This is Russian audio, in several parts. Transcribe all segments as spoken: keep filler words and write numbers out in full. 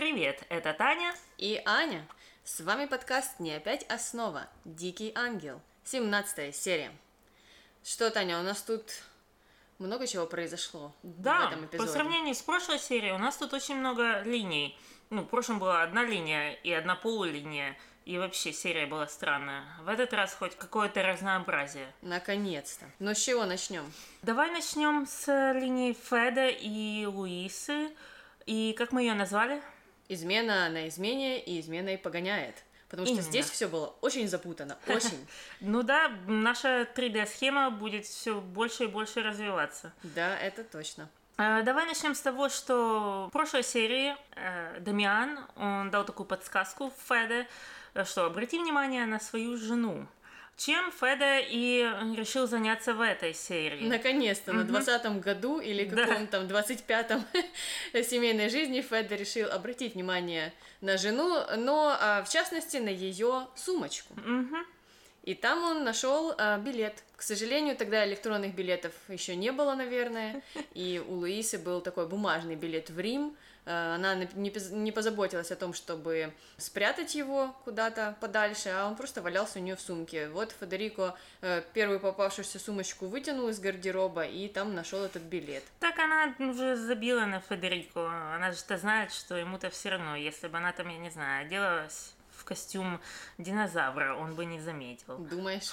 привет! Это Таня и Аня. С вами подкаст «Не опять основа. Дикий ангел». семнадцатая серия. Что, Таня, у нас тут много чего произошло да, в этом эпизоде. По сравнению с прошлой серией у нас тут очень много линий. Ну, в прошлом была одна линия и одна полулиния, и вообще серия была странная. В этот раз хоть какое-то разнообразие. Наконец-то. Но с чего начнем? Давай начнем с линии Феда и Луисы. И как мы ее назвали? Измена на измене и изменой погоняет. Потому что Именно. Здесь все было очень запутано, очень. Ну да, наша три дэ-схема будет все больше и больше развиваться. Да, это точно. Давай начнем с того, что в прошлой серии э, Дамиан, он дал такую подсказку Феде, что обрати внимание на свою жену. Чем Феде и решил заняться в этой серии. Наконец-то, угу. на двадцатом году или каком-то там двадцать пятом семейной жизни Феде решил обратить внимание на жену, но в частности на ее сумочку. Угу. И там он нашел а, билет. К сожалению, тогда электронных билетов еще не было, наверное. И у Луисы был такой бумажный билет в Рим. А, она не позаботилась о том, чтобы спрятать его куда-то подальше, а он просто валялся у нее в сумке. Вот Федерико а, первую попавшуюся сумочку вытянул из гардероба и там нашел этот билет. Так она уже забила на Федерико. Она же-то знает, что ему-то все равно. Если бы она там, я не знаю, оделась в костюм динозавра, он бы не заметил. Думаешь?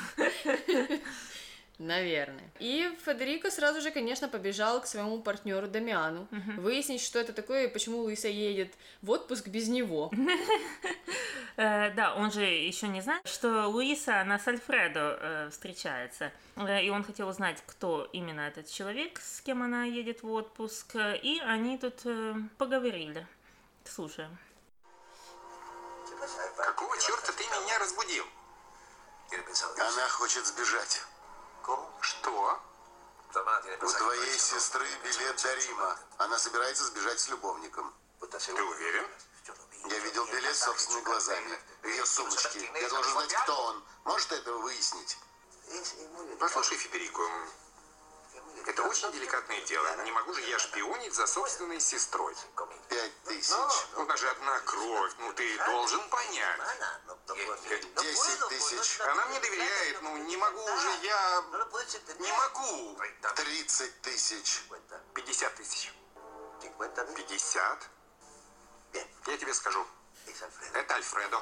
Наверное. И Федерико сразу же, конечно, побежал к своему партнеру Дамиану, uh-huh. выяснить, что это такое и почему Луиса едет в отпуск без него. Да, он же еще не знает, что Луиса, она с Альфредо встречается. И он хотел узнать, кто именно этот человек, с кем она едет в отпуск. И они тут поговорили. Слушаем. Какого черта ты меня разбудил? Она хочет сбежать. Что? У твоей сестры билет до Рима. Она собирается сбежать с любовником. Ты уверен? Я видел билет собственными глазами. В ее сумочке. Я должен знать, кто он. Может этого выяснить? Послушай, Федерико, это очень деликатное дело. Не могу же я шпионить за собственной сестрой. Пять тысяч. У нас же одна кровь. Ну, ты должен понять. Десять тысяч. Она мне доверяет. Ну, не могу уже я... Не могу. Тридцать тысяч. Пятьдесят тысяч. Пятьдесят? Я тебе скажу. Это Альфредо.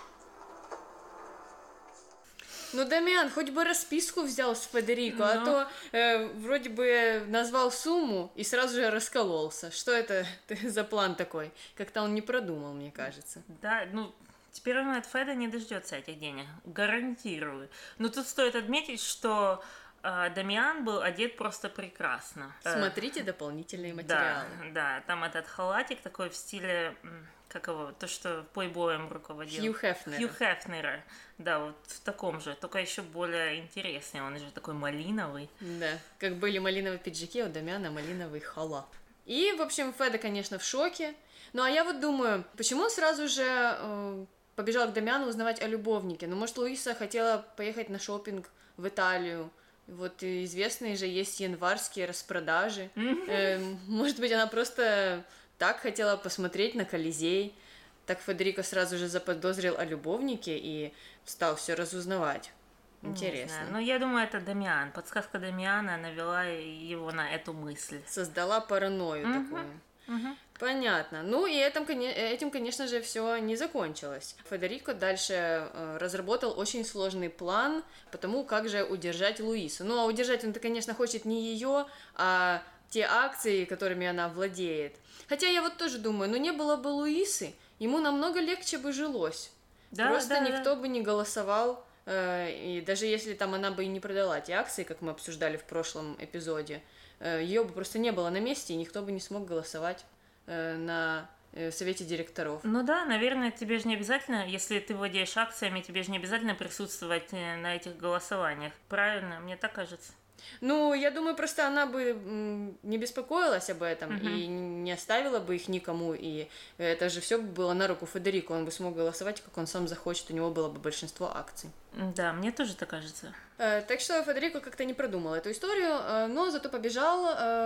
Ну, Дамиан, хоть бы расписку взял с Федерико, Но... а то э, вроде бы назвал сумму и сразу же раскололся. Что это за план такой? Как-то он не продумал, мне кажется. Да, ну, теперь он от Феда не дождется этих денег. Гарантирую. Но тут стоит отметить, что э, Дамиан был одет просто прекрасно. Смотрите дополнительные материалы. Да, да, там этот халатик такой в стиле... Как его? То, что плейбоем руководил. Хью Хефнера. Хью Хефнера. Да, вот в таком же, только еще более интересный. Он же такой малиновый. Да, как были малиновые пиджаки, у Дамиана малиновый халат. И, в общем, Феда, конечно, в шоке. Ну, а я вот думаю, почему он сразу же э, побежал к Дамиану узнавать о любовнике? Ну, может, Луиса хотела поехать на шопинг в Италию. Вот известные же есть январские распродажи. Э, может быть, она просто... Так хотела посмотреть на Колизей. Так Федерико сразу же заподозрил о любовнике и стал все разузнавать. Интересно. Ну, я думаю, это Дамиан. Подсказка Дамиана навела его на эту мысль. Создала паранойю uh-huh. такую. Uh-huh. Понятно. Ну и этим, этим, конечно же, все не закончилось. Федерико дальше разработал очень сложный план по тому, как же удержать Луису. Ну, а удержать он-то, конечно, хочет не ее, а те акции, которыми она владеет. Хотя я вот тоже думаю, ну не было бы Луисы, ему намного легче бы жилось. Да, Просто да, никто да. бы не голосовал, э, и даже если там она бы и не продала эти акции, как мы обсуждали в прошлом эпизоде, э, ее бы просто не было на месте, и никто бы не смог голосовать э, на э, совете директоров. Ну да, наверное, тебе же не обязательно, если ты владеешь акциями, тебе же не обязательно присутствовать на этих голосованиях. Правильно, мне так кажется. Ну, я думаю, просто она бы м, не беспокоилась об этом uh-huh. и не оставила бы их никому, и это же все было на руку Федерико, он бы смог голосовать, как он сам захочет, у него было бы большинство акций. Да, мне тоже так кажется. Э, так что Федерико как-то не продумал эту историю, э, но зато побежал э,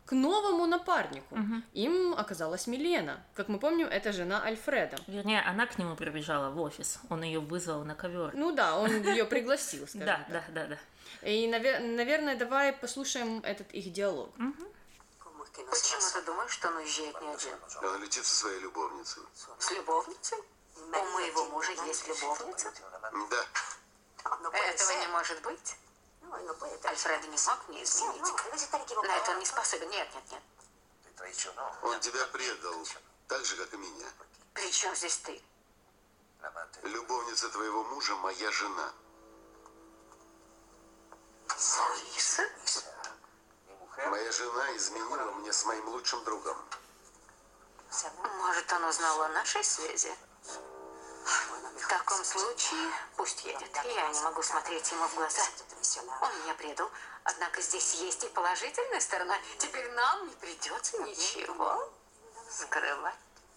к новому напарнику. Угу. Им оказалась Милена. Как мы помним, это жена Альфреда. Вернее, она к нему прибежала в офис. Он ее вызвал на ковер. Ну да, он ее пригласил, скажем да, так. Да, да, да. И, наверное, давай послушаем этот их диалог. Угу. Почему ты думаешь, что он уезжает не один? Он летит со своей любовницей. С любовницей? У моего мужа есть любовница? Да. Этого не может быть. Альфред не мог мне изменить. На это он не способен. Нет, нет, нет. Он тебя предал, так же, как и меня. При чем здесь ты? Любовница твоего мужа – моя жена. Луиса? Моя жена изменила мне с моим лучшим другом. Может, он узнал о нашей связи? В таком случае пусть едет. Я не могу смотреть ему в глаза. Он меня предал. Однако здесь есть и положительная сторона. Теперь нам не придется ничего скрывать.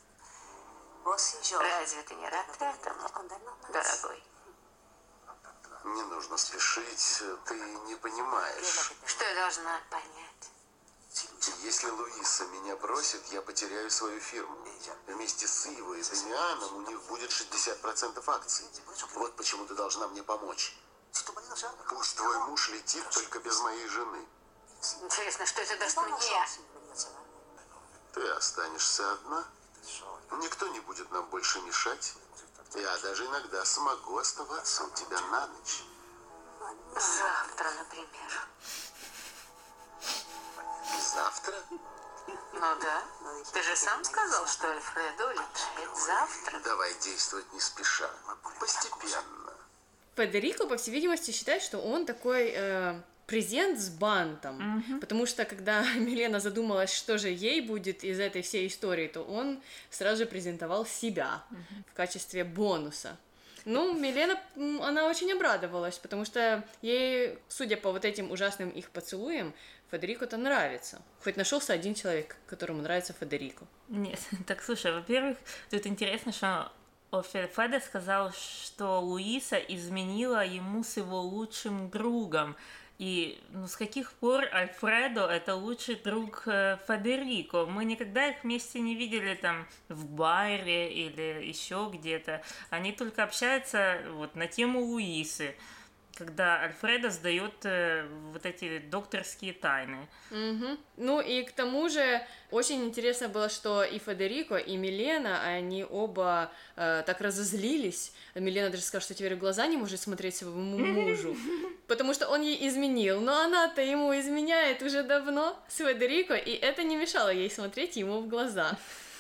Разве ты не рад этому, дорогой? Не нужно спешить, ты не понимаешь. Что я должна понять? Если Луиса меня бросит, я потеряю свою фирму. Вместе с Иво и Дамианом у них будет шестьдесят процентов акций. Вот почему ты должна мне помочь. Пусть твой муж летит, только без моей жены. Интересно, что это даст мне? Ты останешься одна. Никто не будет нам больше мешать. Я даже иногда смогу оставаться у тебя на ночь. Завтра, например. Завтра? Ну да. Ты же сам сказал, что Альфредо улетает завтра. Давай действовать не спеша. Постепенно. Федерико, по всей видимости, считает, что он такой э, презент с бантом. Mm-hmm. Потому что, когда Милена задумалась, что же ей будет из этой всей истории, то он сразу же презентовал себя mm-hmm. в качестве бонуса. Ну, Милена, она очень обрадовалась, потому что ей, судя по вот этим ужасным их поцелуям, Федерико-то нравится. Хоть нашелся один человек, которому нравится Федерико. Нет, так слушай, во-первых, тут интересно, что Феде сказал, что Луиса изменила ему с его лучшим другом. И ну, с каких пор Альфредо это лучший друг Федерико? Мы никогда их вместе не видели там в баре или еще где-то. Они только общаются вот на тему Луисы, когда Альфредо сдает э, вот эти докторские тайны. Угу. Ну и к тому же очень интересно было, что и Федерико, и Милена, они оба э, так разозлились. Милена даже сказала, что теперь в глаза не может смотреть своему мужу, потому что он ей изменил. Но она-то ему изменяет уже давно с Федерико, и это не мешало ей смотреть ему в глаза.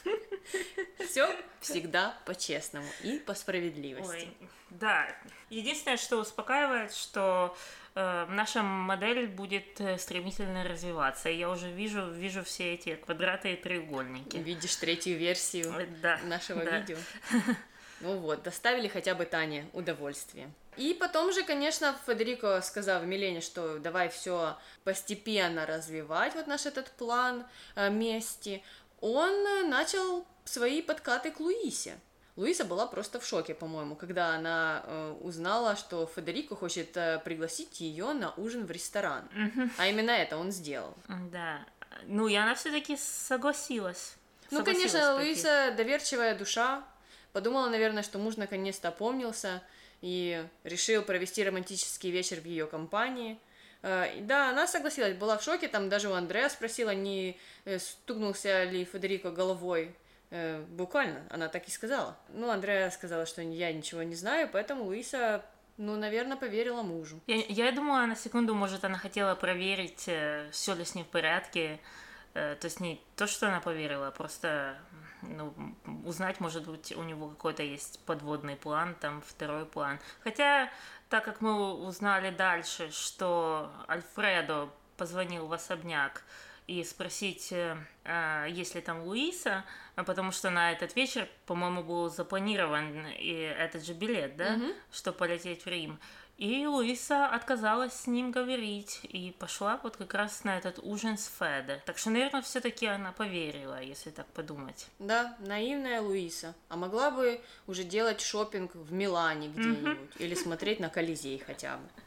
Все всегда по-честному и по справедливости. Ой, да. Единственное, что успокаивает, что э, наша модель будет стремительно развиваться. И я уже вижу, вижу все эти квадраты и треугольники. Видишь третью версию да, нашего да. видео. Ну вот, доставили хотя бы Тане удовольствие. И потом же, конечно, Федерико, сказав Милене, что давай все постепенно развивать, вот наш этот план э, мести, он начал свои подкаты к Луисе. Луиса была просто в шоке, по-моему, когда она э, узнала, что Федерико хочет э, пригласить ее на ужин в ресторан. Mm-hmm. А именно это он сделал. Да. Ну, и она все-таки согласилась. Ну, согласилась конечно, пойти. Луиса доверчивая душа. Подумала, наверное, что муж наконец-то опомнился и решил провести романтический вечер в ее компании. Да, она согласилась, была в шоке, там даже у Андреа спросила, не стукнулся ли Федерико головой. Буквально, она так и сказала. Ну, Андреа сказала, что я ничего не знаю, поэтому Луиса, ну, наверное, поверила мужу. Я, я думала на секунду, может, она хотела проверить, все ли с ним в порядке. То есть не то, что она поверила, а просто ну, узнать, может быть, у него какой-то есть подводный план, там второй план. Хотя, так как мы узнали дальше, что Альфредо позвонил в особняк и спросить, есть ли там Луиса, потому что на этот вечер, по-моему, был запланирован и этот же билет, да, mm-hmm. чтобы полететь в Рим. И Луиса отказалась с ним говорить и пошла вот как раз на этот ужин с Феде. Так что, наверное, все-таки она поверила, если так подумать. Да, наивная Луиса. А могла бы уже делать шопинг в Милане где-нибудь mm-hmm. или смотреть на Колизей хотя бы.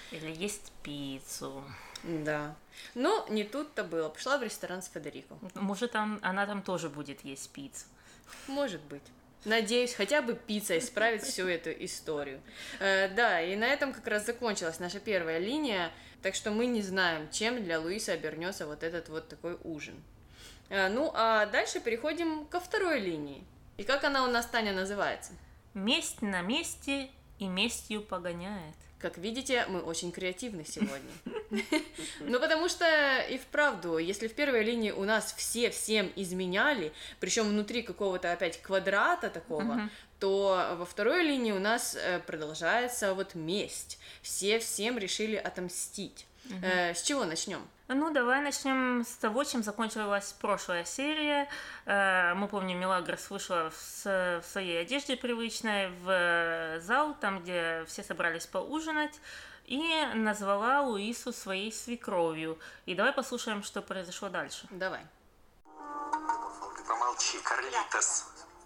Или есть пиццу. Да. Но не тут-то было. Пошла в ресторан с Федерико. Может, там, она там тоже будет есть пиццу. Может быть. Надеюсь, хотя бы пицца исправит всю эту историю. Э, да, и на этом как раз закончилась наша первая линия, так что мы не знаем, чем для Луиса обернется вот этот вот такой ужин. Э, ну, а дальше переходим ко второй линии. И как она у нас, Таня, называется? Месть на месте и местью погоняет. Как видите, мы очень креативны сегодня. Ну, потому что и вправду, если в первой линии у нас все всем изменяли, причем внутри какого-то опять квадрата такого, то во второй линии у нас продолжается вот месть. Все всем решили отомстить. С чего начнем? Ну, давай начнем с того, чем закончилась прошлая серия. Мы помним, Мелагрос вышла в своей одежде привычной в зал, там, где все собрались поужинать, и назвала Луису своей свекровью. И давай послушаем, что произошло дальше. Давай. Помолчи, Карлитос.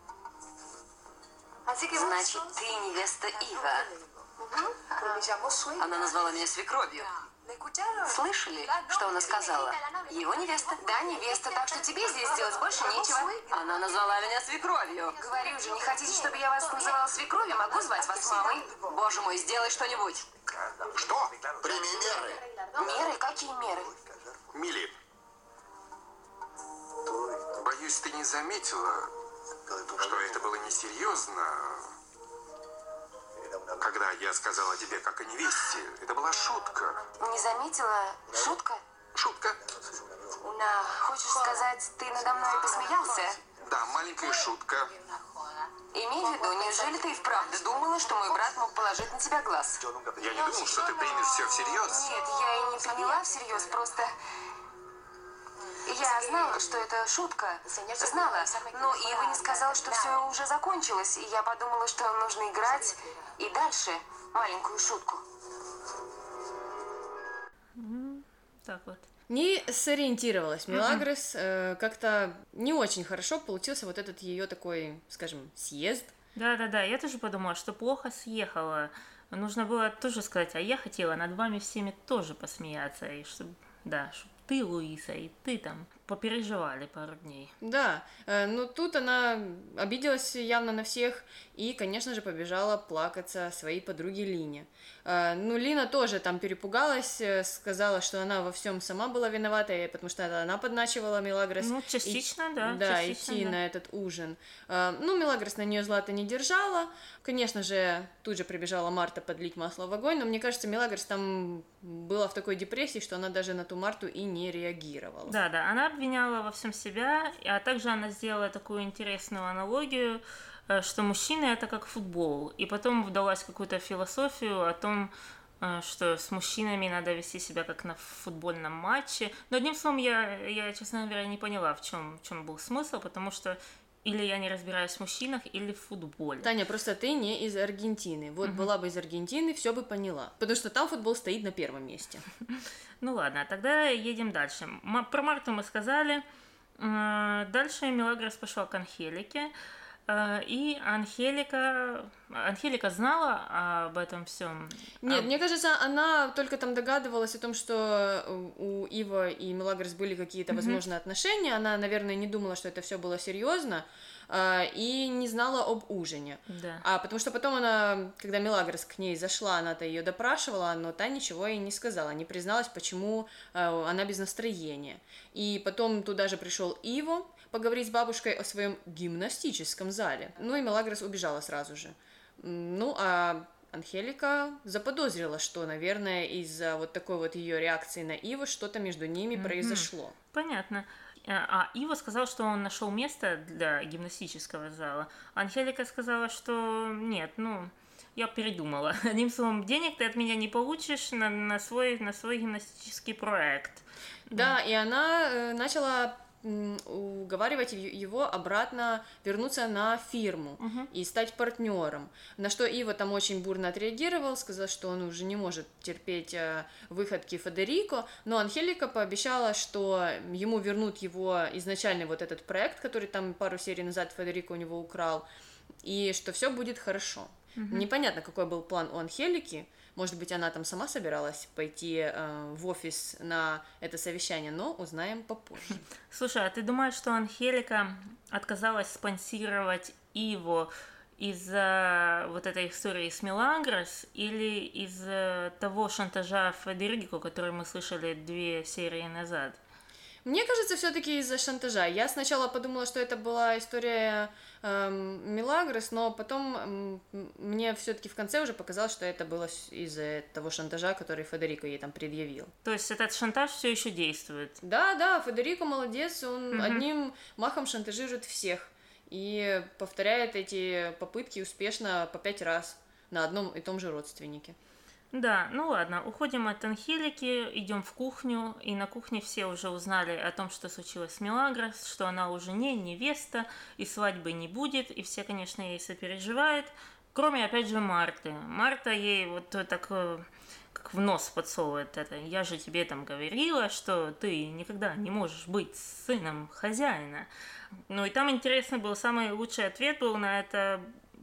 Значит, ты невеста Ива. Она назвала меня свекровью. Слышали, что она сказала? Его невеста? Да, невеста, так что тебе здесь делать больше нечего. Она назвала меня свекровью. Говорю же, не хотите, чтобы я вас называла свекровью? Могу звать вас мамой? Боже мой, сделай что-нибудь. Что? Прими меры. Меры? Какие меры? Милли, боюсь, ты не заметила, что это было несерьезно, когда я сказала тебе как о невесте. Это была шутка. Не заметила? Шутка? Шутка? На, хочешь сказать, ты надо мной посмеялся? Да, маленькая шутка. Имей в виду, неужели ты и вправду думала, что мой брат мог положить на тебя глаз? Я не думал, что ты примешь все всерьез. Нет, я и не поняла всерьез, просто... Я знала, что это шутка. Знала, но Ива не сказал, что все уже закончилось, и я подумала, что нужно играть и дальше маленькую шутку. Так вот. Не сориентировалась Мелагрос, э, как-то не очень хорошо получился вот этот ее такой, скажем, съезд. Да-да-да, я тоже подумала, что плохо съехала. Нужно было тоже сказать, а я хотела над вами всеми тоже посмеяться, и чтобы, да, чтобы ты, Луиса, и ты там попереживали пару дней. Да, э, но тут она обиделась явно на всех и, конечно же, побежала плакаться своей подруге Лине. Э, ну, Лина тоже там перепугалась, э, сказала, что она во всем сама была виновата, и потому что это она подначивала Мелагрос. Ну, частично, и, да. Да, частично, идти да. на этот ужин. Э, ну, Мелагрос на нее зла-то не держала. Конечно же, тут же прибежала Марта подлить масло в огонь, но мне кажется, Мелагрос там была в такой депрессии, что она даже на ту Марту и не реагировала. Да, да, она обвиняла во всем себя, а также она сделала такую интересную аналогию, что мужчины это как футбол, и потом вдалась в какую-то философию о том, что с мужчинами надо вести себя как на футбольном матче. Но одним словом, я, я честно говоря, не поняла, в чем, в чем был смысл, потому что или я не разбираюсь в мужчинах, или в футболе. Таня, просто ты не из Аргентины. Вот угу. Была бы из Аргентины, все бы поняла. Потому что там футбол стоит на первом месте. Ну ладно, тогда едем дальше. Про Марту мы сказали. Дальше Мелагрос пошла к Анхелике. И Анхелика... Анхелика знала об этом всем? Нет, а... мне кажется, она только там догадывалась о том, что у Ива и Мелагрос были какие-то, mm-hmm. возможно, отношения. Она, наверное, не думала, что это все было серьезно, и не знала об ужине. Да. А потому что потом она, когда Мелагрос к ней зашла, она-то ее допрашивала, но та ничего ей не сказала, не призналась, почему она без настроения. И потом туда же пришел Иво поговорить с бабушкой о своем гимнастическом зале. Ну и Мелагрос убежала сразу же. Ну, а Анхелика заподозрила, что, наверное, из-за вот такой вот ее реакции на Ива что-то между ними mm-hmm. произошло. Понятно. А Ива сказал, что он нашел место для гимнастического зала. Анхелика сказала, что нет, ну, я передумала. Одним словом, денег ты от меня не получишь на, на, свой, на свой гимнастический проект. Да, mm. и она э, начала уговаривать его обратно вернуться на фирму uh-huh. и стать партнером. На что Ива там очень бурно отреагировал, сказал, что он уже не может терпеть выходки Федерико, но Анхелика пообещала, что ему вернут его изначальный вот этот проект, который там пару серий назад Федерико у него украл, и что все будет хорошо. Непонятно, какой был план у Анхелики. Может быть, она там сама собиралась пойти э, в офис на это совещание, но узнаем попозже. Слушай, а ты думаешь, что Анхелика отказалась спонсировать Иву из-за вот этой истории с Милагрос или из-за того шантажа Федерико, который мы слышали две серии назад? Мне кажется, все-таки из-за шантажа. Я сначала подумала, что это была история эм, Милагрос, но потом эм, мне все-таки в конце уже показалось, что это было из-за того шантажа, который Федерико ей там предъявил. То есть этот шантаж все еще действует? Да, да, Федерико молодец, он Мгм. одним махом шантажирует всех и повторяет эти попытки успешно по пять раз на одном и том же родственнике. Да, ну ладно, уходим от Анхелики, идем в кухню, и на кухне все уже узнали о том, что случилось с Милагрос, что она уже не невеста, и свадьбы не будет, и все, конечно, ей сопереживают, кроме, опять же, Марты. Марта ей вот так э, как в нос подсовывает это. Я же тебе там говорила, что ты никогда не можешь быть сыном хозяина. Ну и там интересный был, самый лучший ответ был на это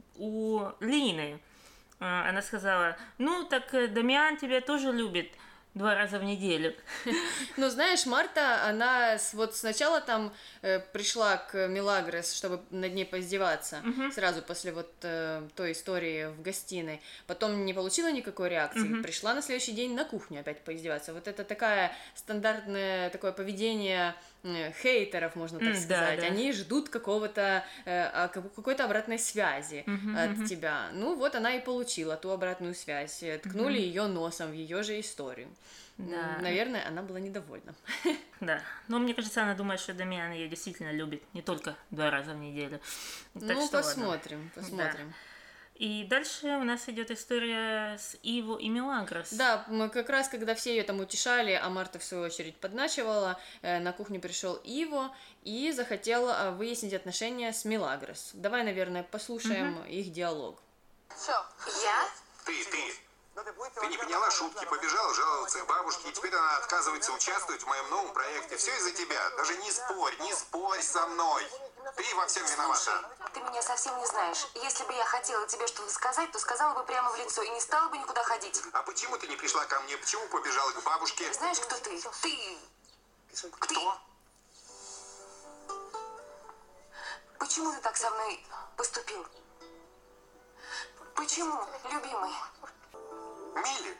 у Лины. А, Она сказала, ну так э, Дамиан тебя тоже любит два раза в неделю. Ну, знаешь, Марта, она с- вот сначала там э, пришла к Милагрос, чтобы над ней поиздеваться, сразу после вот э, той истории в гостиной. Потом не получила никакой реакции, пришла на следующий день на кухню опять поиздеваться. Вот это такая стандартное такое поведение э, хейтеров, можно так М, да, сказать. да. Они ждут какого-то э, а, как- какой-то обратной связи от тебя. Ну, вот она и получила ту обратную связь. Э, Ткнули ее носом в ее же историю. Да. М, Наверное, она была недовольна. Да, но мне кажется, она думает, что Дамиан ее действительно любит, не только два раза в неделю. Так Ну, что ладно. посмотрим, посмотрим. И дальше у нас идет история с Иво и Милагрос. Да, мы как раз, когда все ее там утешали, а Марта, в свою очередь, подначивала, э, на кухню пришел Иво и захотел э, выяснить отношения с Милагрос. Давай, наверное, послушаем их диалог. Я? Ты, ты. Ты не поняла шутки, побежала жаловаться к бабушке, и теперь она отказывается участвовать в моем новом проекте. Все из-за тебя. Даже не спорь, не спорь со мной. Ты во всем виновата. Ты меня совсем не знаешь. Если бы я хотела тебе что-то сказать, то сказала бы прямо в лицо и не стала бы никуда ходить. А почему ты не пришла ко мне? Почему побежала к бабушке? Знаешь, кто ты? Ты... Кто? Почему ты так со мной поступил? Почему, любимый? Милли?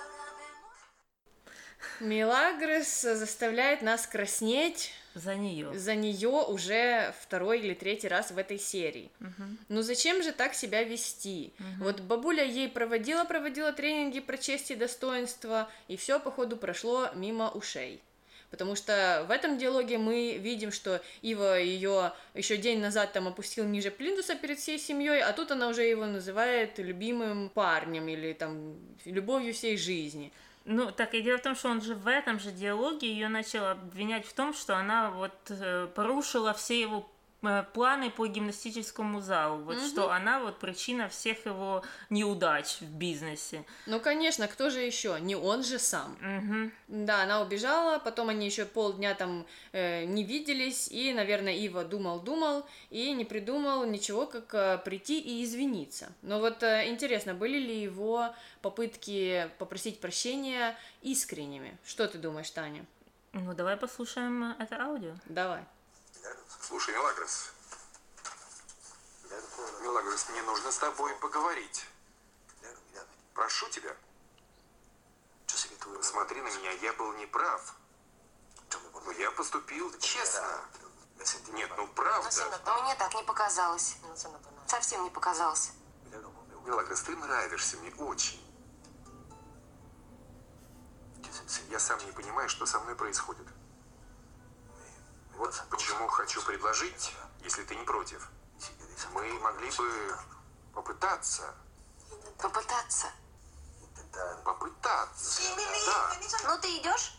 Милагрос заставляет нас краснеть За нее. за нее уже второй или третий раз в этой серии. Ну зачем же так себя вести? Вот бабуля ей проводила, проводила тренинги про честь и достоинство, и все, походу, прошло мимо ушей. Потому что в этом диалоге мы видим, что Ива ее еще день назад там опустил ниже плинтуса перед всей семьей, а тут она уже его называет любимым парнем или там любовью всей жизни. Ну, так и дело в том, что он же в этом же диалоге ее начал обвинять в том, что она вот э, порушила все его э, планы по гимнастическому залу, вот что она вот причина всех его неудач в бизнесе. Ну, конечно, кто же еще? Не он же сам. Мгм. Да, она убежала, потом они еще полдня там э, не виделись, и, наверное, Ива думал-думал и не придумал ничего, как э, прийти и извиниться. Но вот э, интересно, были ли его попытки попросить прощения искренними? Что ты думаешь, Таня? Ну, давай послушаем это аудио. Давай. Слушай, Милагрос. Милагрос, мне нужно с тобой поговорить. Прошу тебя. Смотри на меня, я был неправ. Но я поступил честно. Нет, ну правда. Мне так не показалось. Совсем не показалось. Милагрос, ты нравишься мне очень. Я сам не понимаю, что со мной происходит. Вот почему хочу предложить, если ты не против. Мы могли бы попытаться. Попытаться. Попытаться. Да. Ну, ты идешь?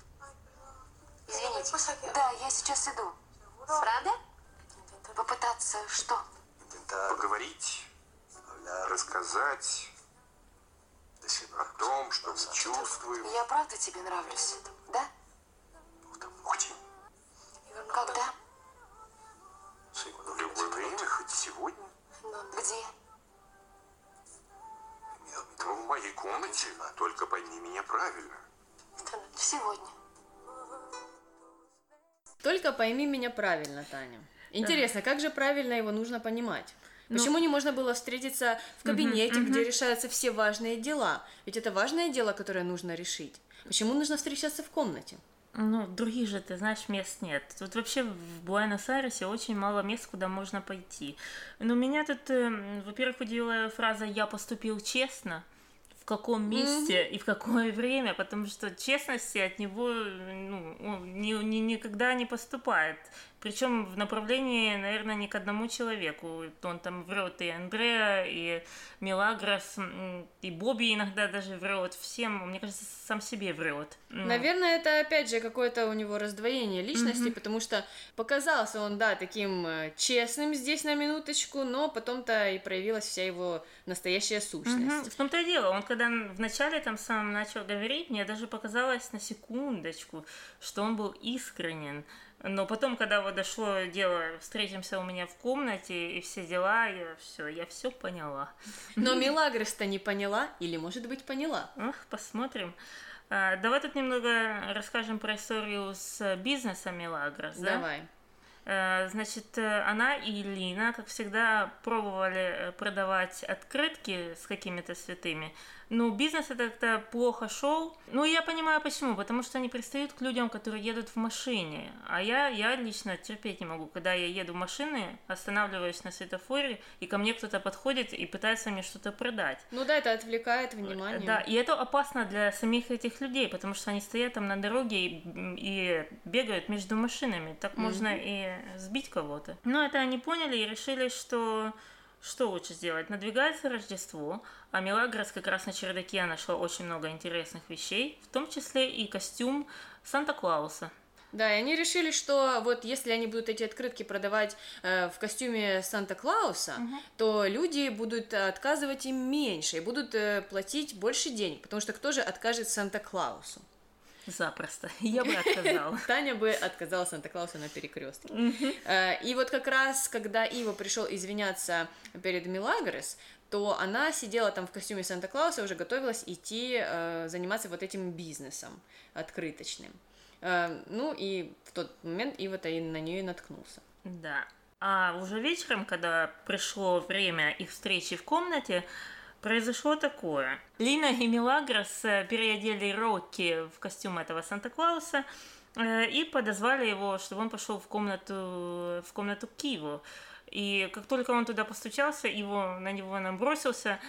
Извините. Да, я сейчас иду. Правда? Попытаться что? Поговорить, рассказать о том, что мы чувствуем. Я правда тебе нравлюсь, да? Очень. Когда? В любое время, хоть сегодня. Где? комнате? Только пойми меня правильно. Сегодня. Только пойми меня правильно, Таня. Интересно, как же правильно его нужно понимать? Почему ну, не можно было встретиться в кабинете, угу, где угу. решаются все важные дела? Ведь это важное дело, которое нужно решить. Почему нужно встречаться в комнате? Ну, других же, ты знаешь, мест нет. Тут вообще в Буэнос-Айресе очень мало мест, куда можно пойти. Но меня тут, э, во-первых, удивила фраза «я поступил честно». В каком месте mm-hmm. и в какое время, потому что честности от него ну, он ни, ни, никогда не поступает. Причем в направлении, наверное, не к одному человеку. Он там врет и Андреа, и Милагрос, и Бобби иногда даже врет. Всем, мне кажется, сам себе врет. Наверное, это опять же какое-то у него раздвоение личности, mm-hmm. потому что показался он, да, таким честным здесь на минуточку, но потом-то и проявилась вся его настоящая сущность. Mm-hmm. В том-то и дело, он когда вначале там сам начал говорить, мне даже показалось на секундочку, что он был искренен. Но потом, когда вот дошло дело, встретимся у меня в комнате и все дела, я все, я все поняла. Но Милагрос-то не поняла или, может быть, поняла? Ах, посмотрим. А, давай тут немного расскажем про историю с бизнесом Милагрос, да? Давай. А, значит, она и Лина, как всегда, пробовали продавать открытки с какими-то святыми. Ну, бизнес это как-то плохо шел. Ну, я понимаю почему. Потому что они пристают к людям, которые едут в машине. А я, я лично терпеть не могу. Когда я еду в машине, останавливаюсь на светофоре, и ко мне кто-то подходит и пытается мне что-то продать. Ну да, это отвлекает внимание. Да, и это опасно для самих этих людей, потому что они стоят там на дороге и, и бегают между машинами. Так mm-hmm. можно и сбить кого-то. Но это они поняли и решили, что... Что лучше сделать? Надвигается Рождество, а Милагрос как раз на чердаке нашла очень много интересных вещей, в том числе и костюм Санта-Клауса. Да, и они решили, что вот если они будут эти открытки продавать э, в костюме Санта-Клауса, угу. то люди будут отказывать им меньше и будут э, платить больше денег, потому что кто же откажет Санта-Клаусу? Запросто. Я бы отказала. Таня бы отказала Санта-Клауса на перекрестке. И вот как раз, когда Иво пришел извиняться перед Милагрос, то она сидела там в костюме Санта-Клауса, уже готовилась идти э, заниматься вот этим бизнесом открыточным. Э, ну и в тот момент Иво-то и на нее и наткнулся. Да. А уже вечером, когда пришло время их встречи в комнате, произошло такое. Лина и Милагрос переодели Рокки в костюм этого Санта-Клауса и подозвали его, чтобы он пошел в комнату, в комнату к Иву. И как только он туда постучался, Иво на него набросился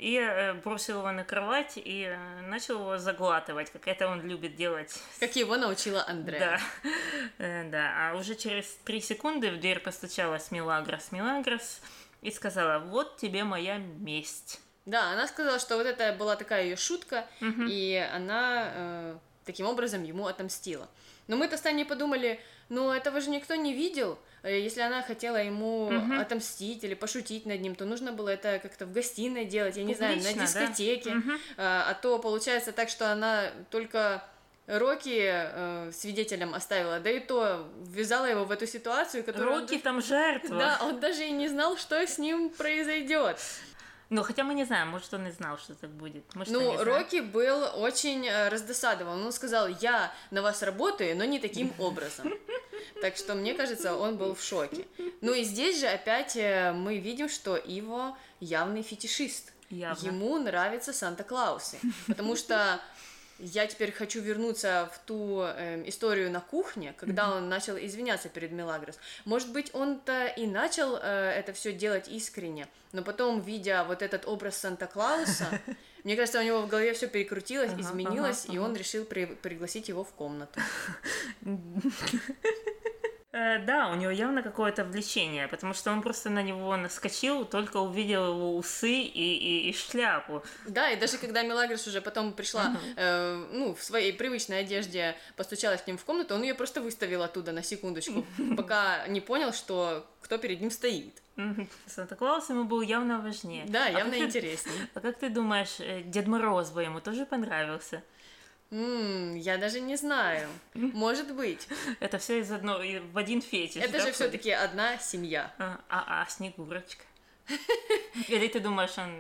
и бросил его на кровать и начал его заглатывать, как это он любит делать. Как его научила Андреа. Да, да. А уже через три секунды в дверь постучалась Милагрос Милагрос и сказала: «Вот тебе моя месть». Да, она сказала, что вот это была такая ее шутка, uh-huh. и она э, таким образом ему отомстила. Но мы-то с Таней подумали, ну этого же никто не видел. Если она хотела ему uh-huh. отомстить или пошутить над ним, то нужно было это как-то в гостиной делать, я Публично, не знаю, на дискотеке. Да? Uh-huh. А, а то получается так, что она только Рокки э, свидетелем оставила, да и то ввязала его в эту ситуацию, которую... Рокки он... там жертва. Да, он даже и не знал, что с ним произойдет. Ну, хотя мы не знаем, может, он и знал, что так будет. Может, ну, Рокки был очень раздосадован. Он сказал: я на вас работаю, но не таким образом. Так что, мне кажется, он был в шоке. Ну и здесь же опять мы видим, что Иво явный фетишист. Явно. Ему нравятся Санта-Клаусы. Потому что я теперь хочу вернуться в ту э, историю на кухне, когда mm-hmm. он начал извиняться перед Милагрос. Может быть, он-то и начал э, это все делать искренне, но потом, видя вот этот образ Санта-Клауса, мне кажется, у него в голове все перекрутилось, ага, изменилось, ага, и ага. он решил при- пригласить его в комнату. Да, у него явно какое-то влечение, потому что он просто на него наскочил, только увидел его усы и, и, и шляпу. Да, и даже когда Милагрос уже потом пришла, uh-huh. э, ну, в своей привычной одежде, постучалась к ним в комнату, он ее просто выставил оттуда на секундочку, пока не понял, что кто перед ним стоит. Санта-Клаус ему был явно важнее. Да, явно а интереснее. Ты, а как ты думаешь, Дед Мороз бы ему тоже понравился? М-м, я даже не знаю. Может быть. Это все из одного, в один фетиш. Это да, же все-таки одна семья. А, а, а Снегурочка? Или ты думаешь, он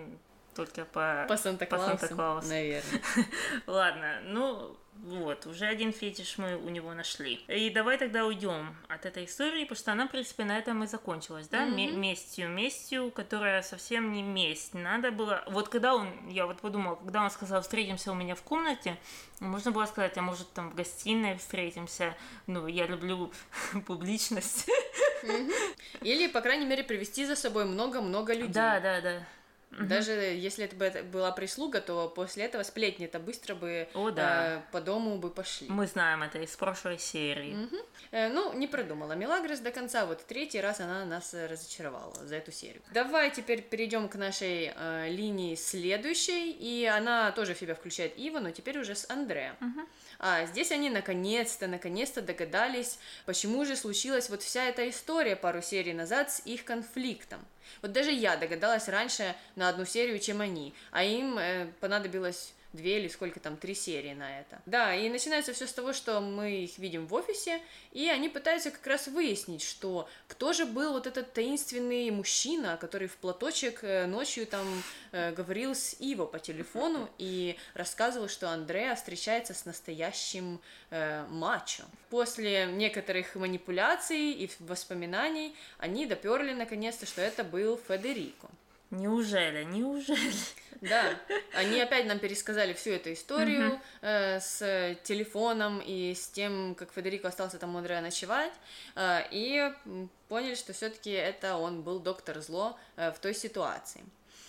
только по, По Санта-Клаусу, по Санта-Клаусу. наверное. Ладно, ну вот, уже один фетиш мы у него нашли. И давай тогда уйдем от этой истории, потому что она, в принципе, на этом и закончилась, да? Mm-hmm. Местью, местью, которая совсем не месть. Надо было... Вот когда он, я вот подумала, когда он сказал, встретимся у меня в комнате, можно было сказать, а может там в гостиной встретимся. Ну, я люблю публичность. Mm-hmm. Или, по крайней мере, привести за собой много-много людей. Да, да, да. Даже угу. если это бы была прислуга, то после этого сплетни-то быстро бы О, да. э, по дому бы пошли. Мы знаем это из прошлой серии. Угу. Э, ну, не продумала Мелагрос до конца, вот третий раз она нас разочаровала за эту серию. Давай теперь перейдем к нашей э, линии следующей, и она тоже в себя включает Ива, но теперь уже с Андреа. Угу. А здесь они наконец-то, наконец-то догадались, почему же случилась вот вся эта история пару серий назад с их конфликтом. Вот даже я догадалась раньше на одну серию, чем они, а им э, понадобилось две или сколько там, три серии на это. Да, и начинается все с того, что мы их видим в офисе, и они пытаются как раз выяснить, что кто же был вот этот таинственный мужчина, который в платочек ночью там э, говорил с Иво по телефону и рассказывал, что Андреа встречается с настоящим э, мачо. После некоторых манипуляций и воспоминаний они доперли наконец-то, что это был Федерико. Неужели? Неужели? Да, они опять нам пересказали всю эту историю uh-huh. э, с телефоном и с тем, как Федерико остался там у Андреа ночевать, э, и поняли, что все-таки это он был доктор Зло э, в той ситуации.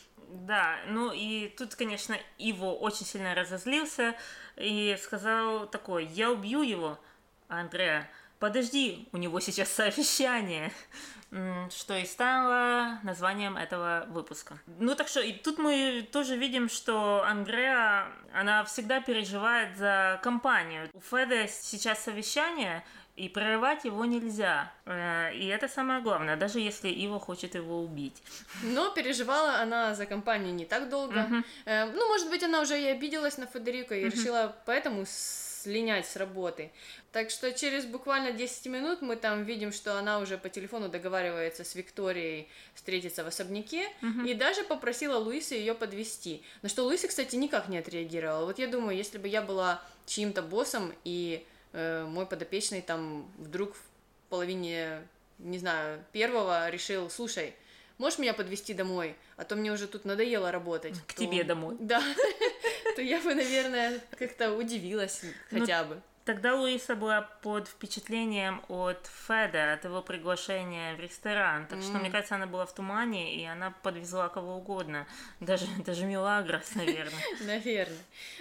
Да, ну и тут, конечно, Иво очень сильно разозлился и сказал такое: я убью его, Андреа, подожди, у него сейчас совещание. Что и стало названием этого выпуска. Ну так что, и тут мы тоже видим, что Андреа, она всегда переживает за компанию. У Феде сейчас совещание, и прерывать его нельзя. И это самое главное, даже если Иво хочет его убить. Но переживала она за компанию не так долго. Uh-huh. Ну, может быть, она уже и обиделась на Федерико и uh-huh. решила поэтому слинять с работы. Так что через буквально десять минут мы там видим, что она уже по телефону договаривается с Викторией встретиться в особняке, uh-huh. и даже попросила Луиса ее подвезти. На что Луиса, кстати, никак не отреагировала. Вот я думаю, если бы я была чьим-то боссом, и э, мой подопечный там вдруг в половине, не знаю, первого решил: слушай, можешь меня подвезти домой, а то мне уже тут надоело работать. К то... тебе домой. Да, то я бы, наверное, как-то удивилась хотя бы. Тогда Луиса была под впечатлением от Феда, от его приглашения в ресторан. Так mm. что, мне кажется, она была в тумане, и она подвезла кого угодно. Даже, даже Мелагрос, наверное. Наверное.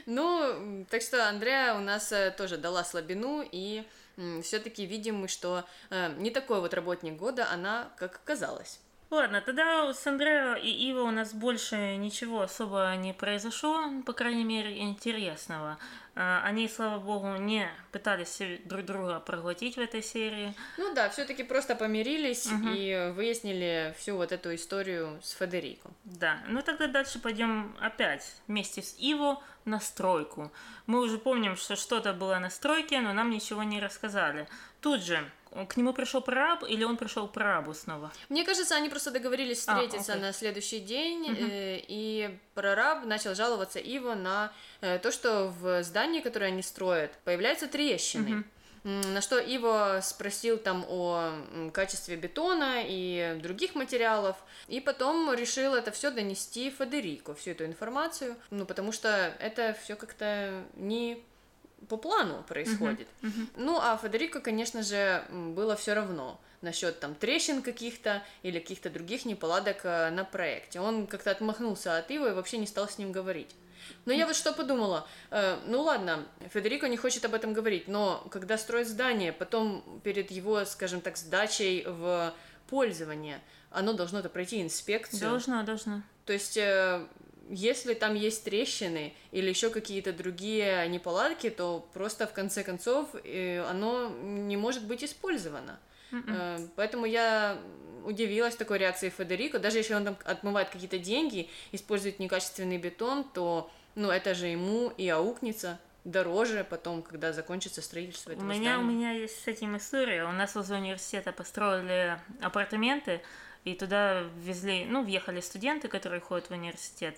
Ну, так что Андреа у нас тоже дала слабину, и все-таки видим мы, что не такой вот работник года она, как казалось. Ладно, тогда с Андреа и Иво у нас больше ничего особо не произошло, по крайней мере, интересного. Они, слава богу, не пытались друг друга проглотить в этой серии. Ну да, все-таки просто помирились угу. и выяснили всю вот эту историю с Федерико. Да, ну тогда дальше пойдем опять вместе с Иво на стройку. Мы уже помним, что что-то было на стройке, но нам ничего не рассказали. Тут же к нему пришел прораб, или он пришел к прорабу снова? Мне кажется, они просто договорились встретиться а, на следующий день, угу. э, и прораб начал жаловаться Иво на э, то, что в здании, которое они строят, появляются трещины. Угу. На что Иво спросил там о качестве бетона и других материалов, и потом решил это все донести Федерико, всю эту информацию, ну потому что это все как-то не по плану происходит. Uh-huh, uh-huh. Ну, а Федерико, конечно же, было все равно насчет там трещин каких-то или каких-то других неполадок на проекте. Он как-то отмахнулся от Иво и вообще не стал с ним говорить. Но я вот что подумала, э, ну ладно, Федерико не хочет об этом говорить, но когда строят здание, потом перед его, скажем так, сдачей в пользование, оно должно-то пройти инспекцию. Должно, должно. То есть... Э, Если там есть трещины или еще какие-то другие неполадки, то просто в конце концов оно не может быть использовано. Mm-mm. Поэтому я удивилась такой реакции Федерико. Даже если он там отмывает какие-то деньги, использует некачественный бетон, то ну, это же ему и аукнется дороже потом, когда закончится строительство этого у меня, здания. У меня есть с этим история. У нас возле университета построили апартаменты, и туда ввезли, ну, въехали студенты, которые ходят в университет.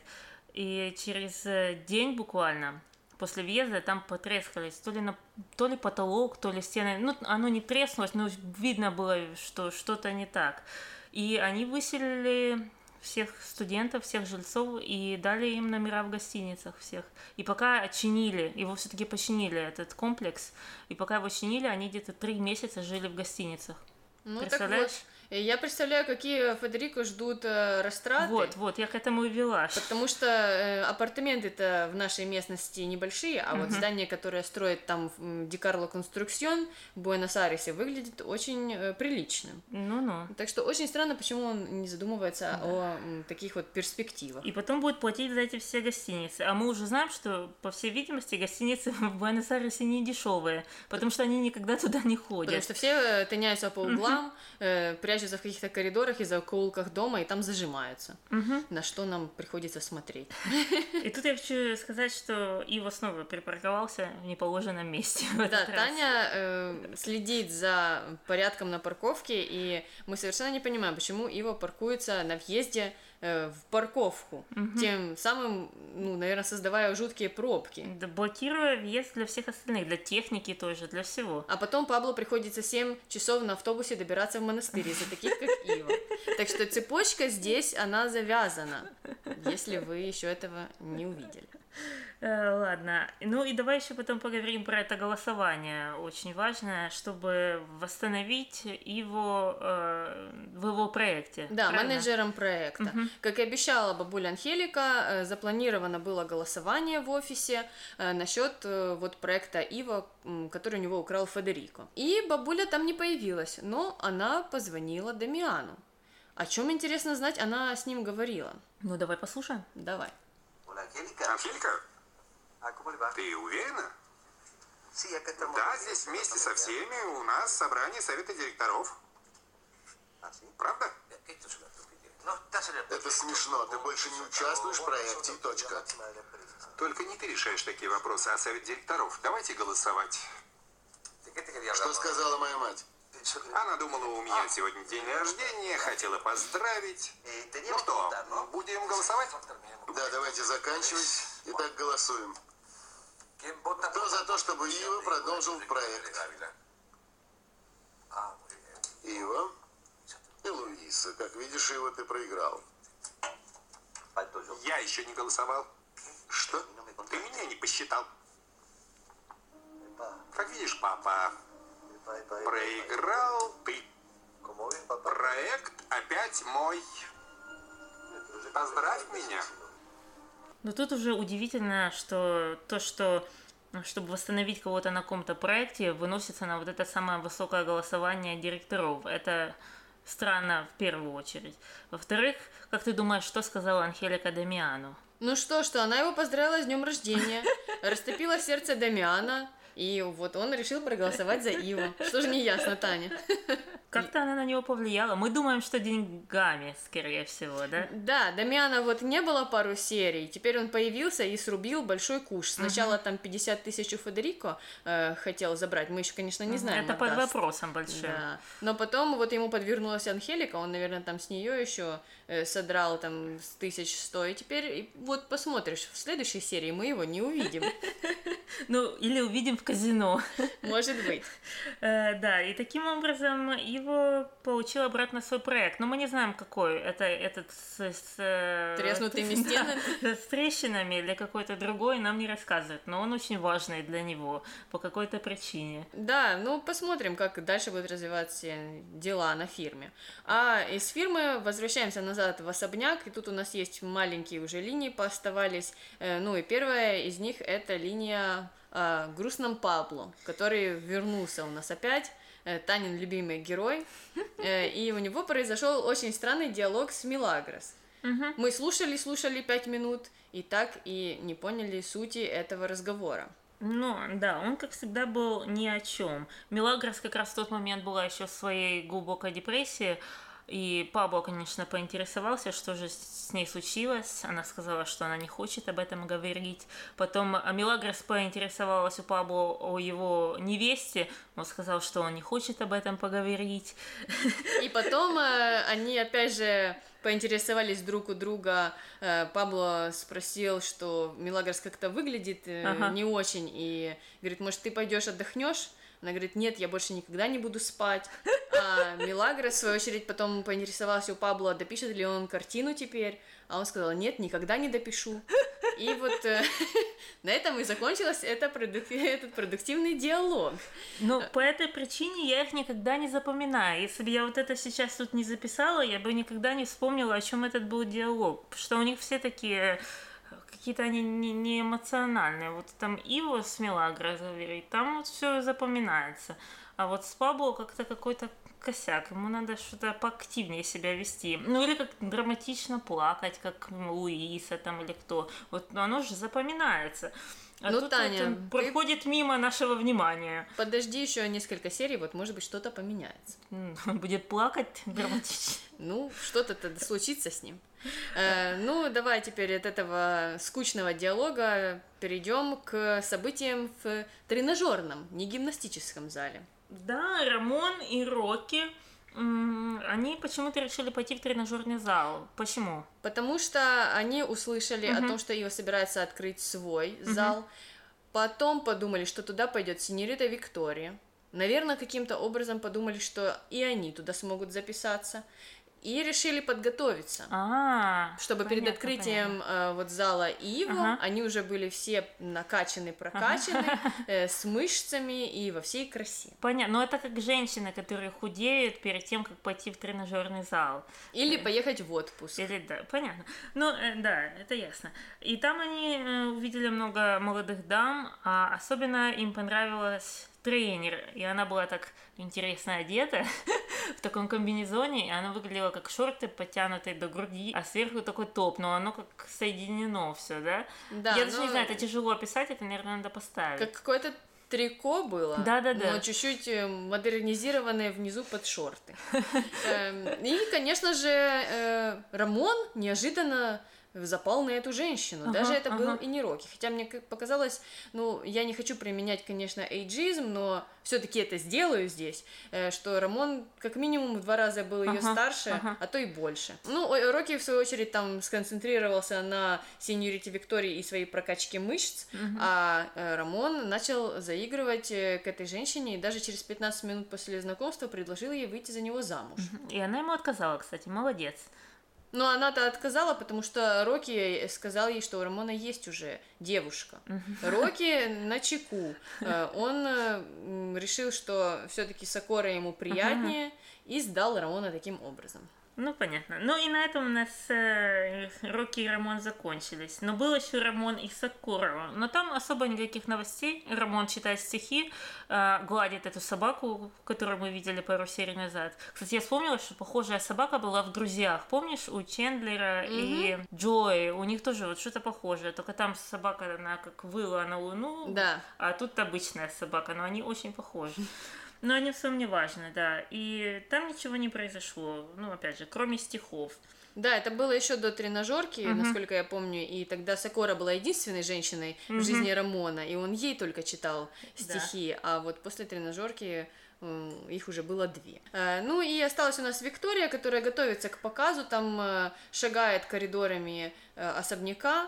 И через день буквально после въезда там потрескались то ли, на, то ли потолок, то ли стены. Ну, оно не треснулось, но видно было, что что-то не так. И они выселили всех студентов, всех жильцов и дали им номера в гостиницах всех. И пока чинили, его все-таки починили, этот комплекс, и пока его чинили, они где-то три месяца жили в гостиницах. Ну так вот, я представляю, какие Федерико ждут э, растраты. Вот, вот, я к этому и вела. Потому что э, апартаменты-то в нашей местности небольшие, а uh-huh. вот здание, которое строит там Ди Карло Конструксьон в Буэнос-Айресе, выглядит очень э, приличным. Ну-ну. Так что очень странно, почему он не задумывается да. о м, таких вот перспективах. И потом будет платить за эти все гостиницы. А мы уже знаем, что, по всей видимости, гостиницы в Буэнос-Айресе не дешевые, потому что они никогда туда не ходят. Потому что все тыняются по углам, uh-huh. э, прячутся в каких-то коридорах и закоулках дома, и там зажимаются. Uh-huh. На что нам приходится смотреть. И тут я хочу сказать, что Иво снова припарковался в неположенном месте. В да, Таня э, следит за порядком на парковке, и мы совершенно не понимаем, почему Иво паркуется на въезде э, в парковку, угу. тем самым, ну, наверное, создавая жуткие пробки. Да, блокируя въезд для всех остальных, для техники тоже, для всего. А потом Пабло приходится семь часов на автобусе добираться в монастырь из-за таких, как Иво. Так что цепочка здесь, она завязана, если вы еще этого не увидели. Ладно, ну и давай еще потом поговорим про это голосование, очень важное, чтобы восстановить его э, в его проекте. Да, правильно? Менеджером проекта. Угу. Как и обещала бабуля Анхелика, запланировано было голосование в офисе э, насчет э, вот проекта Иво, который у него украл Федерико. И бабуля там не появилась, но она позвонила Дамиану. О чем, интересно знать, она с ним говорила. Ну, давай послушаем. Давай. Анхелика, ты уверена? Да, здесь вместе со всеми у нас собрание совета директоров. Правда? Это смешно, ты больше не участвуешь в проекте, точка. Только не ты решаешь такие вопросы, а совет директоров. Давайте голосовать. Что сказала моя мать? Она думала, у меня сегодня день рождения, хотела поздравить. Ну что, будем голосовать? Да, давайте заканчивать. Итак, голосуем. Кто за то, чтобы Иво продолжил проект? Иво и Луиса. Как видишь, Иво, ты проиграл. Я еще не голосовал. Что? Ты меня не посчитал. Как видишь, папа, проиграл ты. Проект опять мой. Поздравь меня. Но тут уже удивительно, что то, что чтобы восстановить кого-то на каком-то проекте, выносится на вот это самое высокое голосование директоров. Это странно в первую очередь. Во-вторых, как ты думаешь, что сказала Анхелика Дамиану? Ну что, что она его поздравила с днем рождения, растопила сердце Дамиана, и вот он решил проголосовать за Иво. Что же не ясно, Таня? Как-то она на него повлияла. Мы думаем, что деньгами, скорее всего, да? Да, Дамиана вот не было пару серий, теперь он появился и срубил большой куш. Сначала uh-huh. там пятьдесят тысяч у Федерико э, хотел забрать, мы еще, конечно, не знаем. Это отдаст. Под вопросом большим. Да. Но потом вот ему подвернулась Анхелика, он, наверное, там с нее еще э, содрал там с тысяч сто, и теперь и вот посмотришь, в следующей серии мы его не увидим. Ну, или увидим в казино. Может быть. Да, и таким образом его получил обратно свой проект. Но мы не знаем, какой. Это этот с... с треснутыми стенами? Да, с трещинами или какой-то другой нам не рассказывают. Но он очень важный для него по какой-то причине. Да, ну посмотрим, как дальше будут развиваться дела на фирме. А из фирмы возвращаемся назад в особняк. И тут у нас есть маленькие уже линии пооставались. Ну и первая из них это линия о грустном Пабло, который вернулся у нас опять. Танин любимый герой, и у него произошел очень странный диалог с Милагрос. Uh-huh. Мы слушали, слушали пять минут, и так и не поняли сути этого разговора. Ну, да, он, как всегда, был ни о чем. Милагрос как раз в тот момент была еще в своей глубокой депрессии, и Пабло, конечно, поинтересовался, что же с ней случилось. Она сказала, что она не хочет об этом говорить. Потом Милагрос поинтересовалась у Пабло о его невесте. Он сказал, что он не хочет об этом поговорить. И потом э, они опять же поинтересовались друг у друга. Пабло спросил, что Милагрос как-то выглядит ага. не очень, и говорит, может, ты пойдешь отдохнешь? Она говорит, нет, я больше никогда не буду спать. А Милагрос, в свою очередь, потом поинтересовался у Пабло, допишет ли он картину теперь. А он сказал, нет, никогда не допишу. И вот э, на этом и закончился это продук... этот продуктивный диалог. Ну, по этой причине я их никогда не запоминаю. Если бы я вот это сейчас тут не записала, я бы никогда не вспомнила, о чем этот был диалог. Потому что у них все такие... Какие-то они не, не эмоциональные. Вот там Иво с Милагрос говорит, там вот все запоминается. А вот с Пабло как-то какой-то косяк. Ему надо что-то поактивнее себя вести. Ну или как драматично плакать, как Луиса там или кто. Вот оно же запоминается. А ну, тут Таня, это проходит мимо нашего внимания. Подожди еще несколько серий, вот может быть что-то поменяется. Он будет плакать драматично. Ну, что-то-то случится с ним. Э, ну, давай теперь от этого скучного диалога перейдем к событиям в тренажерном, не гимнастическом зале. Да, Рамон и Рокки, они почему-то решили пойти в тренажерный зал. Почему? Потому что они услышали uh-huh. о том, что Ива собирается открыть свой uh-huh. зал. Потом подумали, что туда пойдет сеньорита Виктория. Наверное, каким-то образом подумали, что и они туда смогут записаться. И решили подготовиться, а, чтобы понятно, перед открытием э, вот зала Иво ага. они уже были все накачаны, прокачаны, ага. э, с мышцами и во всей красе. Понятно, но это как женщины, которые худеют перед тем, как пойти в тренажерный зал. Или поехать в отпуск. Или, да, понятно. Ну, э, да, это ясно. И там они э, увидели много молодых дам, а особенно им понравилась тренер, и она была так интересно одета в таком комбинезоне, и она выглядела как шорты, подтянутые до груди, а сверху такой топ, но оно как соединено все, да? Да, я даже но... не знаю, это тяжело описать, это, наверное, надо поставить. Как какое-то трико было, да-да-да. но чуть-чуть модернизированное внизу под шорты. И, конечно же, Рамон неожиданно запал на эту женщину. Ага, Даже это ага. был и не Рокки. Хотя мне показалось, ну, я не хочу применять, конечно, эйджизм, но все-таки это сделаю здесь, что Рамон как минимум в два раза был ее ага, старше, ага. а то и больше. Ну, Рокки, в свою очередь, там сконцентрировался на сеньорите Виктории и своей прокачке мышц, ага. а Рамон начал заигрывать к этой женщине и даже через пятнадцать минут после знакомства предложил ей выйти за него замуж. И она ему отказала, кстати, молодец. Но она-то отказала, потому что Рокки сказал ей, что у Рамона есть уже девушка. Рокки начеку. Он решил, что все-таки Сокора ему приятнее, и сдал Рамона таким образом. Ну, понятно. Ну, и на этом у нас э, Рокки и Рамон закончились. Но был еще Рамон и Сокора. Но там особо никаких новостей. Рамон читает стихи, э, гладит эту собаку, которую мы видели пару серий назад. Кстати, я вспомнила, что похожая собака была в «Друзьях». Помнишь, у Чендлера mm-hmm. и Джои, у них тоже вот что-то похожее. Только там собака, она как выла на луну, да. а тут обычная собака. Но они очень похожи. Но они все не важны, да. И там ничего не произошло, ну, опять же, кроме стихов. Да, это было еще до тренажерки, uh-huh. насколько я помню, и тогда Сокора была единственной женщиной uh-huh. в жизни Рамона, и он ей только читал стихи, да. а вот после тренажерки их уже было две. Ну и осталась у нас Виктория, которая готовится к показу, там шагает коридорами особняка,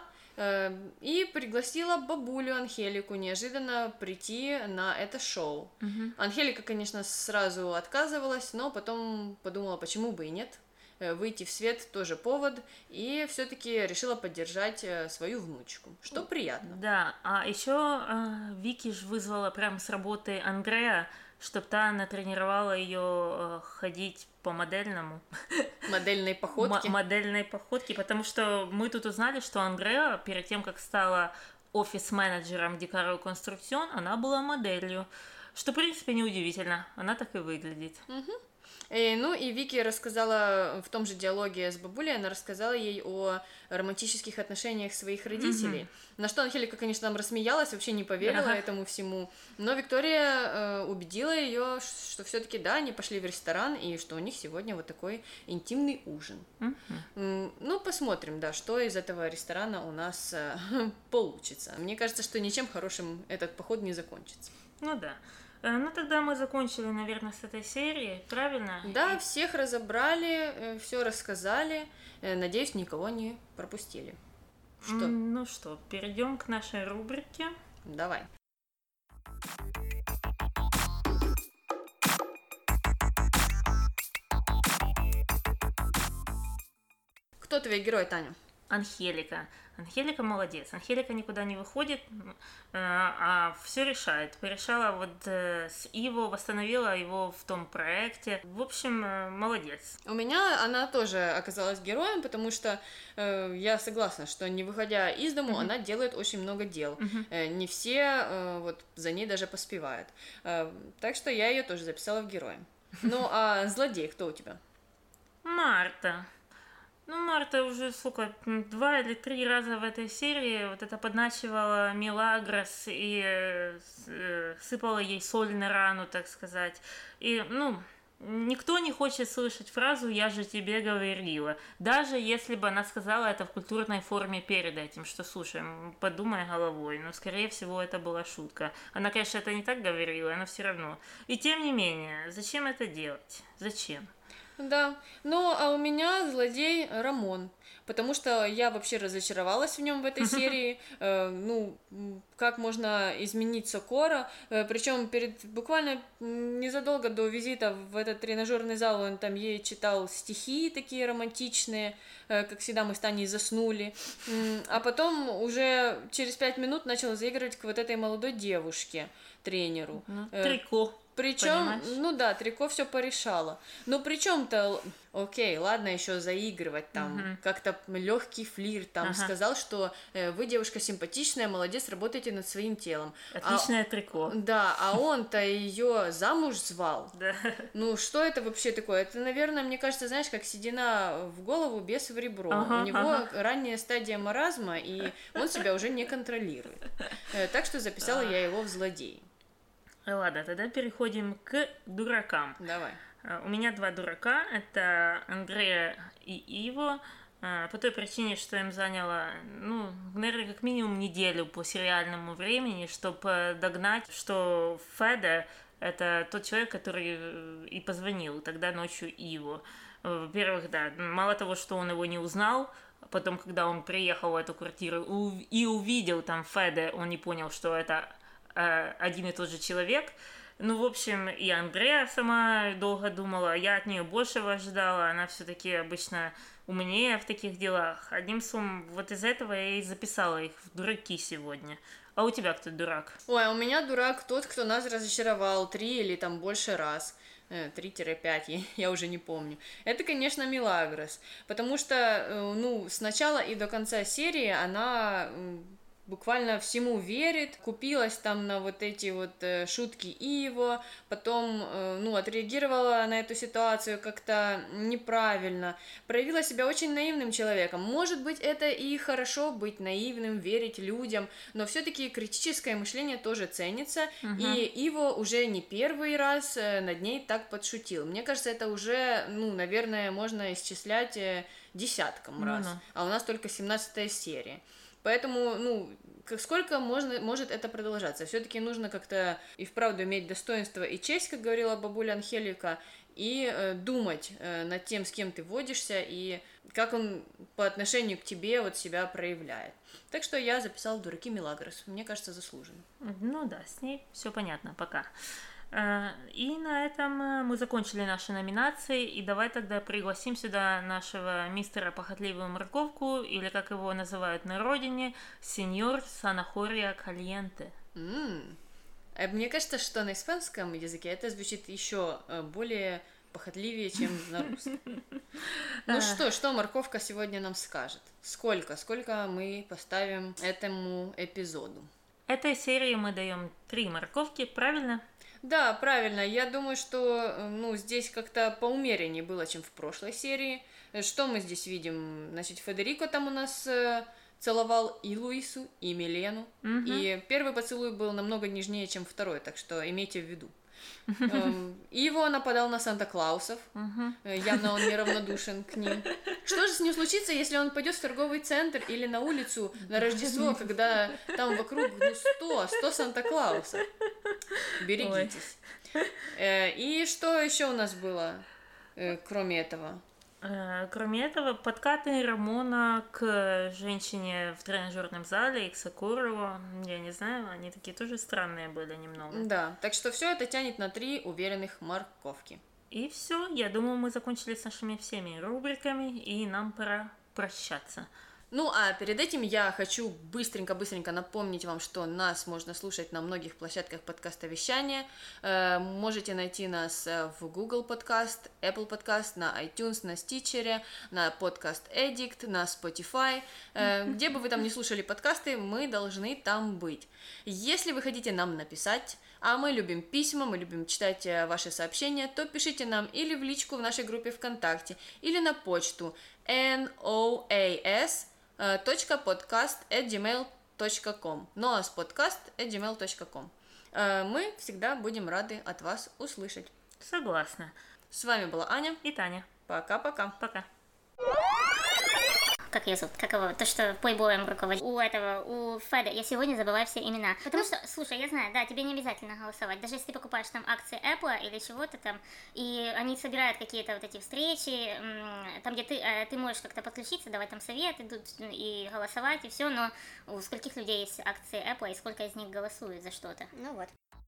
и пригласила бабулю Анхелику неожиданно прийти на это шоу. Uh-huh. Анхелика, конечно, сразу отказывалась, но потом подумала, почему бы и нет. Выйти в свет тоже повод, и все-таки решила поддержать свою внучку, что приятно. Да, а еще э, Вики ж вызвала прямо с работы Андреа, чтобы та натренировала ее э, ходить по модельному. Модельной походке. М- модельной походке, потому что мы тут узнали, что Андреа перед тем, как стала офис-менеджером Дикаро Конструкцион, она была моделью, что, в принципе, неудивительно, она так и выглядит. Угу. И, ну и Вики рассказала в том же диалоге с бабулей, она рассказала ей о романтических отношениях своих родителей, mm-hmm. на что Анхелика, конечно, там рассмеялась, вообще не поверила uh-huh. этому всему, но Виктория э, убедила ее, что все-таки да, они пошли в ресторан и что у них сегодня вот такой интимный ужин. Mm-hmm. Ну, посмотрим, да, что из этого ресторана у нас э, получится. Мне кажется, что ничем хорошим этот поход не закончится. Ну да. Ну, тогда мы закончили, наверное, с этой серией, правильно? Да, всех разобрали, все рассказали. Надеюсь, никого не пропустили. Что? Ну что, перейдем к нашей рубрике. Давай. Кто твой герой, Таня? Анхелика. Анхелика молодец. Анхелика никуда не выходит, а все решает. Порешала вот с Иво, восстановила его в том проекте. В общем, молодец. У меня она тоже оказалась героем, потому что э, я согласна, что не выходя из дому, uh-huh. она делает очень много дел. Uh-huh. Э, не все э, вот за ней даже поспевают. Э, так что я ее тоже записала в героя. Ну, а злодей кто у тебя? Марта. Ну, Марта уже, сколько, два или три раза в этой серии вот это подначивала Милагрос и э, сыпала ей соль на рану, так сказать. И, ну, никто не хочет слышать фразу «я же тебе говорила», даже если бы она сказала это в культурной форме перед этим, что, слушай, подумай головой, но, скорее всего, это была шутка. Она, конечно, это не так говорила, но все равно. И тем не менее, зачем это делать? Зачем? Да, ну а у меня злодей Рамон, потому что я вообще разочаровалась в нем в этой серии. Э, ну, как можно изменить Сокора, э, причем перед буквально незадолго до визита в этот тренажерный зал он там ей читал стихи такие романтичные, э, как всегда мы с Таней заснули, э, а потом уже через пять минут начал заигрывать к вот этой молодой девушке, тренеру. Э, Трико. Причем, ну да, Трико все порешало. Но причем-то, окей, ладно, еще заигрывать там, uh-huh. как-то легкий флирт, там uh-huh. сказал, что э, вы девушка симпатичная, молодец, работаете над своим телом. Отличное а, Трико. Да, а он-то ее замуж звал. Да. Ну что это вообще такое? Это, наверное, мне кажется, знаешь, как седина в голову, бес в ребро. Uh-huh, У него uh-huh. ранняя стадия маразма, и он себя уже не контролирует. Э, так что записала uh-huh. я его в злодей. Ладно, тогда переходим к дуракам. Давай. У меня два дурака, это Андреа и Иво, по той причине, что им заняло, ну, наверное, как минимум неделю по сериальному времени, чтобы догнать, что Феде — это тот человек, который и позвонил тогда ночью Иво. Во-первых, да, мало того, что он его не узнал, потом, когда он приехал в эту квартиру и увидел там Феде, он не понял, что это один и тот же человек. Ну, в общем, и Андреа сама долго думала, я от нее большего ожидала, она все-таки обычно умнее в таких делах. Одним словом, вот из этого я и записала их в дураки сегодня. А у тебя кто дурак? Ой, а у меня дурак тот, кто нас разочаровал три или там больше раз. три-пять, я, я уже не помню. Это, конечно, Милагрос, потому что, ну, с начала и до конца серии она буквально всему верит, купилась там на вот эти вот э, шутки Иво, потом, э, ну, отреагировала на эту ситуацию как-то неправильно, проявила себя очень наивным человеком. Может быть, это и хорошо быть наивным, верить людям, но все-таки критическое мышление тоже ценится, uh-huh. и Иво уже не первый раз э, над ней так подшутил. Мне кажется, это уже, ну, наверное, можно исчислять э, десятком раз, uh-huh. а у нас только семнадцатая серия. Поэтому, ну, сколько можно, может это продолжаться? Все-таки нужно как-то и вправду иметь достоинство и честь, как говорила бабуля Анхелика, и э, думать э, над тем, с кем ты водишься, и как он по отношению к тебе вот себя проявляет. Так что я записала дураки Милагрос. Мне кажется, заслуженно. Ну да, с ней все понятно пока. И на этом мы закончили наши номинации, и давай тогда пригласим сюда нашего мистера Похотливую морковку, или как его называют на родине, сеньор Санахория Кальенте. Mm. Мне кажется, что на испанском языке это звучит еще более похотливее, чем на русском. Ну что, что морковка сегодня нам скажет? Сколько? Сколько мы поставим этому эпизоду? Этой серии мы даем три морковки, правильно? Да, правильно. Я думаю, что ну, здесь как-то поумереннее было, чем в прошлой серии. Что мы здесь видим? Значит, Федерико там у нас э, целовал и Луису, и Милену. Угу. И первый поцелуй был намного нежнее, чем второй, так что имейте в виду. Иво нападал на Санта-Клаусов. Явно он неравнодушен к ним. Что же с ним случится, если он пойдет в торговый центр или на улицу на Рождество, когда там вокруг ну, сто, сто Санта-Клаусов? Берегитесь. И что еще у нас было, кроме этого? Кроме этого, подкаты Рамона к женщине в тренажерном зале и к Сакурову, я не знаю, они такие тоже странные были немного. Да, так что все это тянет на три уверенных морковки. И все, я думаю, мы закончили с нашими всеми рубриками, и нам пора прощаться. Ну, а перед этим я хочу быстренько-быстренько напомнить вам, что нас можно слушать на многих площадках подкастовещания. Э, можете найти нас в Google Podcast, Apple Podcast, на iTunes, на Stitcher, на Podcast Addict, на Spotify. Э, где бы вы там ни слушали подкасты, мы должны там быть. Если вы хотите нам написать, а мы любим письма, мы любим читать ваши сообщения, то пишите нам или в личку в нашей группе ВКонтакте, или на почту noas точка подкаст at gmail точка com noaspodcast at gmail точка com. Мы всегда будем рады от вас услышать. Согласна. С вами была Аня и Таня. Пока-пока. Пока. Как ее зовут? Как его? То, что плейбоем руководит. У этого, у Феда. Я сегодня забываю все имена. Потому что, слушай, я знаю, да, тебе не обязательно голосовать. Даже если ты покупаешь там акции Apple или чего-то там, и они собирают какие-то вот эти встречи, там, где ты, ты можешь как-то подключиться, давать там советы и голосовать, и все, но у скольких людей есть акции Apple, и сколько из них голосуют за что-то. Ну вот.